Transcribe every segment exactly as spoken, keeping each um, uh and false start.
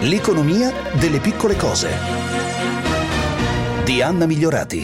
L'economia delle piccole cose di Anna Migliorati.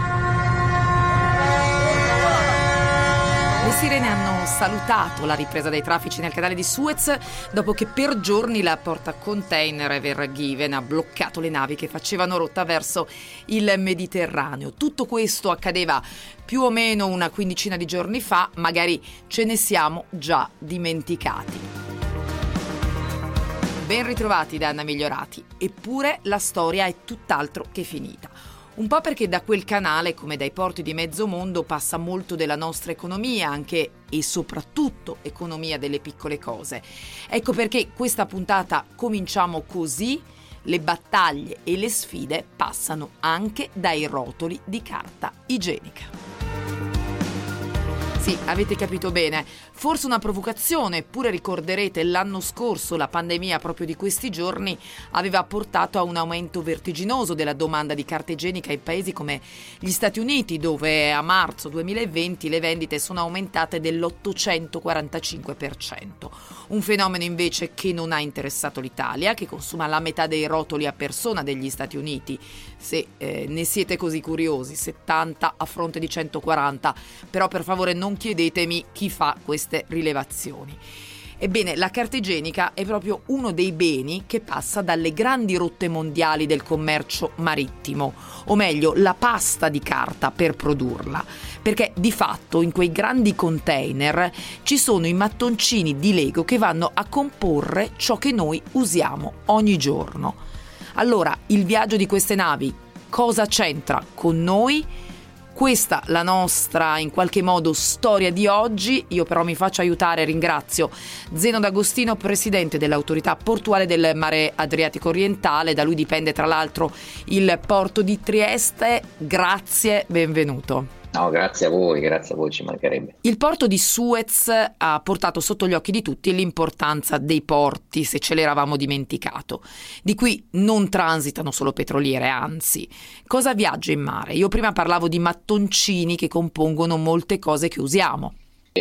Le sirene hanno salutato la ripresa dei traffici nel canale di Suez dopo che per giorni la portacontainer Ever Given ha bloccato le navi che facevano rotta verso il Mediterraneo. Tutto questo accadeva più o meno una quindicina di giorni fa, magari ce ne siamo già dimenticati. Ben ritrovati da Anna Migliorati, eppure la storia è tutt'altro che finita. Un po' perché da quel canale, come dai porti di mezzo mondo, passa molto della nostra economia, anche e soprattutto economia delle piccole cose. Ecco perché questa puntata cominciamo così: le battaglie e le sfide passano anche dai rotoli di carta igienica. Sì, avete capito bene, forse una provocazione, eppure ricorderete l'anno scorso la pandemia proprio di questi giorni aveva portato a un aumento vertiginoso della domanda di carta igienica in paesi come gli Stati Uniti, dove a marzo duemilaventi le vendite sono aumentate dell'ottocentoquarantacinque per cento. Un fenomeno invece che non ha interessato l'Italia, che consuma la metà dei rotoli a persona degli Stati Uniti. Se eh, ne siete così curiosi, settanta a fronte di centoquaranta, però per favore non chiedetemi chi fa queste rilevazioni. Ebbene, la carta igienica è proprio uno dei beni che passa dalle grandi rotte mondiali del commercio marittimo, o meglio, la pasta di carta per produrla, perché di fatto in quei grandi container ci sono i mattoncini di Lego che vanno a comporre ciò che noi usiamo ogni giorno. Allora, il viaggio di queste navi cosa c'entra con noi? Questa la nostra, in qualche modo, storia di oggi. Io però mi faccio aiutare, ringrazio Zeno D'Agostino, presidente dell'autorità portuale del Mare Adriatico Orientale. Da lui dipende tra l'altro il porto di Trieste. Grazie, benvenuto. No, grazie a voi, grazie a voi, ci mancherebbe. Il porto di Suez ha portato sotto gli occhi di tutti l'importanza dei porti, se ce l'eravamo dimenticato. Di qui non transitano solo petroliere, anzi. Cosa viaggia in mare? Io prima parlavo di mattoncini che compongono molte cose che usiamo.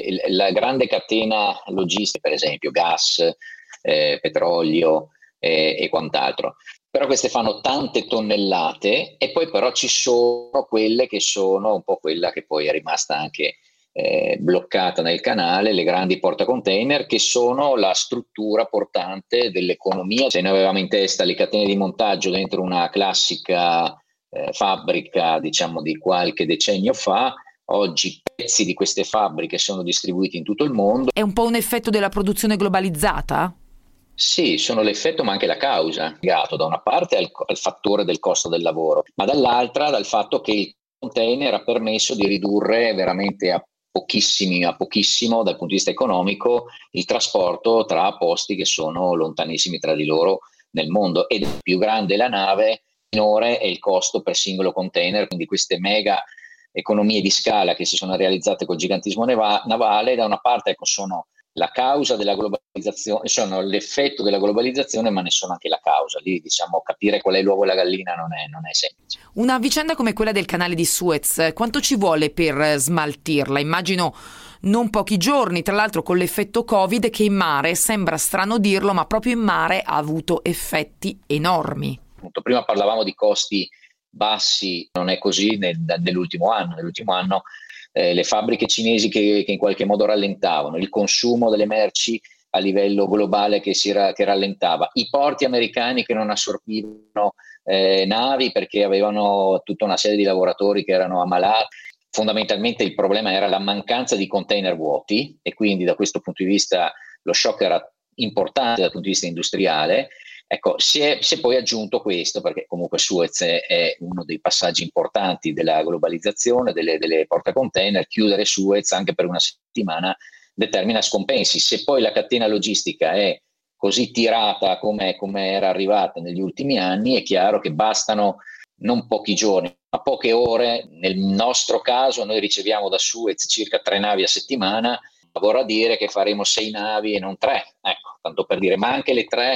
La grande catena logistica, per esempio, gas, eh, petrolio eh, e quant'altro. Però queste fanno tante tonnellate e poi però ci sono quelle che sono un po' quella che poi è rimasta anche eh, bloccata nel canale, le grandi portacontainer, che sono la struttura portante dell'economia. Se noi avevamo in testa le catene di montaggio dentro una classica eh, fabbrica, diciamo di qualche decennio fa, oggi pezzi di queste fabbriche sono distribuiti in tutto il mondo. È un po' un effetto della produzione globalizzata? Sì, sono l'effetto ma anche la causa, legato da una parte al, al fattore del costo del lavoro, ma dall'altra dal fatto che il container ha permesso di ridurre veramente a pochissimi, a pochissimo dal punto di vista economico il trasporto tra posti che sono lontanissimi tra di loro nel mondo, ed più grande la nave, minore è il costo per singolo container, quindi queste mega economie di scala che si sono realizzate col gigantismo neva- navale, da una parte ecco, sono la causa della globalizzazione, sono l'effetto della globalizzazione, ma ne sono anche la causa. Lì diciamo capire qual è l'uovo e la gallina non è, non è semplice. Una vicenda come quella del canale di Suez, quanto ci vuole per smaltirla? Immagino non pochi giorni, tra l'altro con l'effetto Covid che in mare, sembra strano dirlo, ma proprio in mare ha avuto effetti enormi. Prima parlavamo di costi bassi, non è così nel, nell'ultimo anno. Nell'ultimo anno Eh, le fabbriche cinesi che, che in qualche modo rallentavano, il consumo delle merci a livello globale che, si ra, che rallentava, i porti americani che non assorbivano eh, navi perché avevano tutta una serie di lavoratori che erano ammalati. Fondamentalmente il problema era la mancanza di container vuoti e quindi da questo punto di vista lo shock era importante dal punto di vista industriale. Ecco, si è, si è poi aggiunto questo, perché comunque Suez è uno dei passaggi importanti della globalizzazione, delle, delle portacontainer. Chiudere Suez anche per una settimana determina scompensi. Se poi la catena logistica è così tirata come, come era arrivata negli ultimi anni, è chiaro che bastano non pochi giorni, ma poche ore. Nel nostro caso noi riceviamo da Suez circa tre navi a settimana, vorrà dire che faremo sei navi e non tre, ecco, tanto per dire, ma anche le tre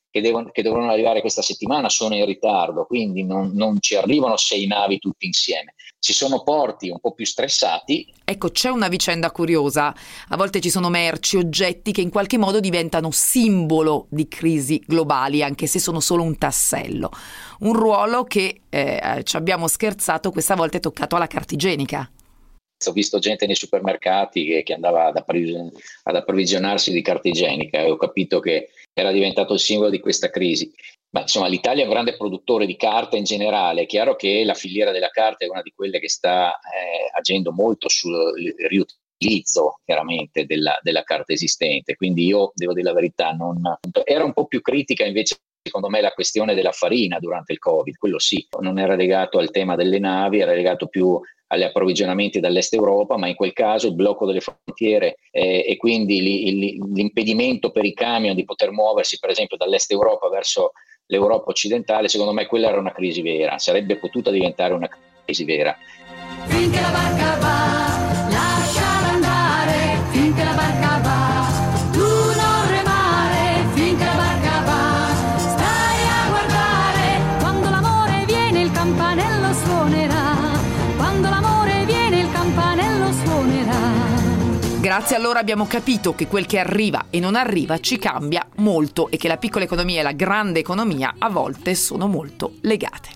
che, devono, che dovranno arrivare questa settimana sono in ritardo, quindi non, non ci arrivano sei navi tutti insieme. Ci sono porti un po' più stressati. Ecco, c'è una vicenda curiosa. A volte ci sono merci, oggetti che in qualche modo diventano simbolo di crisi globali, anche se sono solo un tassello. Un ruolo che, eh, ci abbiamo scherzato, questa volta è toccato alla carta igienica. Ho visto gente nei supermercati che, che andava ad, approvvision- ad approvvigionarsi di carta igienica e ho capito che era diventato il simbolo di questa crisi. Ma insomma, l'Italia è un grande produttore di carta in generale. È chiaro che la filiera della carta è una di quelle che sta eh, agendo molto sul riutilizzo, chiaramente, della, della carta esistente. Quindi io, devo dire la verità, non era un po' più critica invece, secondo me, la questione della farina durante il Covid. Quello sì, non era legato al tema delle navi, era legato più agli approvvigionamenti dall'est Europa, ma in quel caso il blocco delle frontiere eh, e quindi li, li, l'impedimento per i camion di poter muoversi, per esempio, dall'est Europa verso l'Europa occidentale, secondo me quella era una crisi vera, sarebbe potuta diventare una crisi vera. Finché la barca va, lasciala andare, finché la barca va, tu non remare, finché la barca va, stai a guardare, quando l'amore viene il campanello suonerà, quando l'amore viene il campanello suonerà. Grazie, allora abbiamo capito che quel che arriva e non arriva ci cambia molto e che la piccola economia e la grande economia a volte sono molto legate.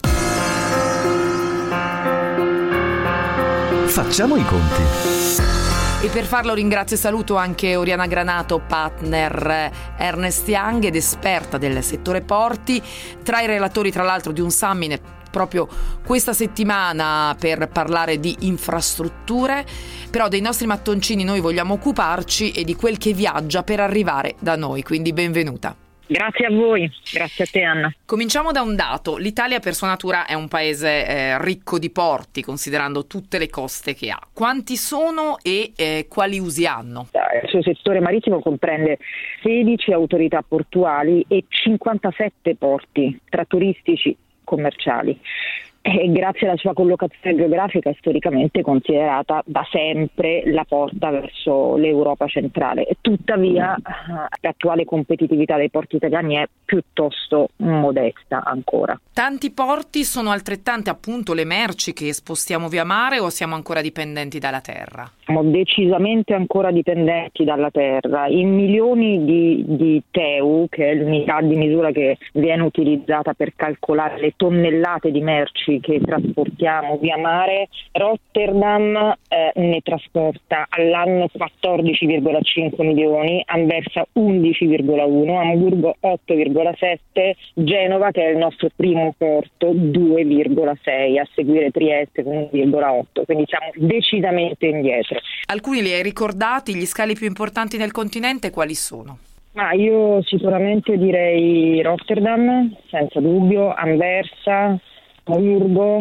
Facciamo i conti. E per farlo ringrazio e saluto anche Oriana Granato, partner Ernst Young ed esperta del settore porti, tra i relatori tra l'altro di un summit proprio questa settimana per parlare di infrastrutture. Però dei nostri mattoncini noi vogliamo occuparci e di quel che viaggia per arrivare da noi, quindi benvenuta. Grazie a voi, grazie a te Anna. Cominciamo da un dato: l'Italia per sua natura è un paese eh, ricco di porti, considerando tutte le coste che ha. Quanti sono e eh, quali usi hanno? Il suo settore marittimo comprende sedici autorità portuali e cinquantasette porti, tra turistici, commerciali. E grazie alla sua collocazione geografica è storicamente considerata da sempre la porta verso l'Europa centrale. Tuttavia l'attuale competitività dei porti italiani è piuttosto modesta ancora. Tanti porti sono altrettante appunto le merci che spostiamo via mare o siamo ancora dipendenti dalla terra? Siamo decisamente ancora dipendenti dalla terra. In milioni di, di T E U, che è l'unità di misura che viene utilizzata per calcolare le tonnellate di merci che trasportiamo via mare, Rotterdam eh, ne trasporta all'anno quattordici virgola cinque milioni, Anversa undici virgola uno, Amburgo otto virgola sette, Genova, che è il nostro primo porto, due virgola sei, a seguire Trieste con uno virgola otto, quindi siamo decisamente indietro. Alcuni li hai ricordati, gli scali più importanti nel continente quali sono? Ma io sicuramente direi Rotterdam, senza dubbio, Anversa, Amburgo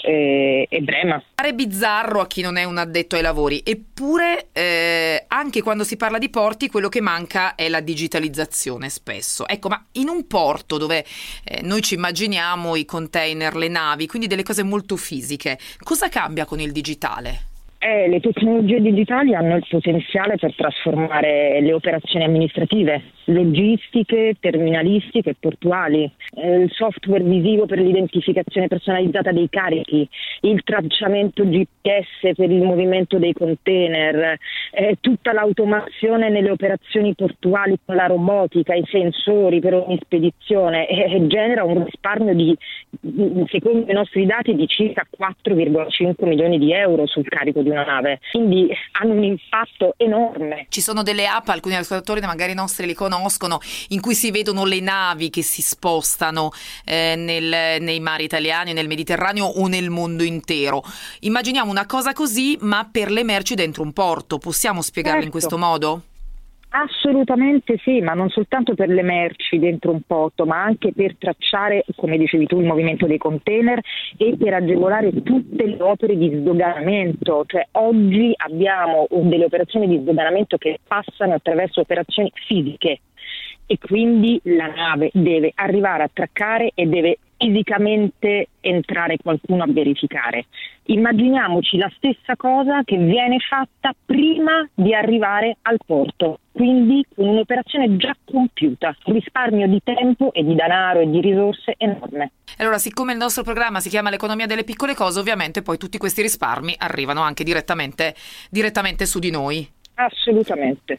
e, e Brema. Pare bizzarro a chi non è un addetto ai lavori, eppure eh, anche quando si parla di porti quello che manca è la digitalizzazione spesso. Ecco, ma in un porto dove eh, noi ci immaginiamo i container, le navi, quindi delle cose molto fisiche, cosa cambia con il digitale? Eh, le tecnologie digitali hanno il potenziale per trasformare le operazioni amministrative, logistiche, terminalistiche e portuali, eh, il software visivo per l'identificazione personalizzata dei carichi, il tracciamento G P S per il movimento dei container, eh, tutta l'automazione nelle operazioni portuali con la robotica, i sensori per ogni spedizione, e eh, genera un risparmio di, secondo i nostri dati, di circa quattro virgola cinque milioni di euro sul carico di una nave, quindi hanno un impatto enorme. Ci sono delle app, alcuni ascoltatori magari nostri li conoscono, in cui si vedono le navi che si spostano eh, nel, nei mari italiani, nel Mediterraneo o nel mondo intero. Immaginiamo una cosa così, ma per le merci dentro un porto. Possiamo spiegarlo Certo. in questo modo? Assolutamente sì, ma non soltanto per le merci dentro un porto, ma anche per tracciare, come dicevi tu, il movimento dei container e per agevolare tutte le opere di sdoganamento. Cioè oggi abbiamo delle operazioni di sdoganamento che passano attraverso operazioni fisiche e quindi la nave deve arrivare a traccare e deve fisicamente entrare qualcuno a verificare. Immaginiamoci la stessa cosa che viene fatta prima di arrivare al porto, quindi con un'operazione già compiuta, risparmio di tempo e di denaro e di risorse enorme. Allora, siccome il nostro programma si chiama l'economia delle piccole cose, ovviamente poi tutti questi risparmi arrivano anche direttamente, direttamente su di noi. Assolutamente.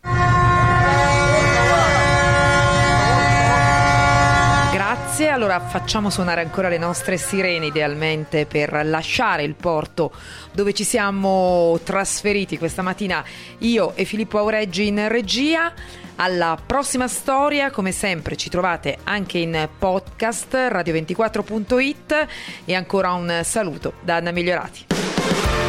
Grazie, allora facciamo suonare ancora le nostre sirene idealmente per lasciare il porto dove ci siamo trasferiti questa mattina io e Filippo Aureggi in regia. Alla prossima storia, come sempre ci trovate anche in podcast radio ventiquattro punto it e ancora un saluto da Anna Migliorati.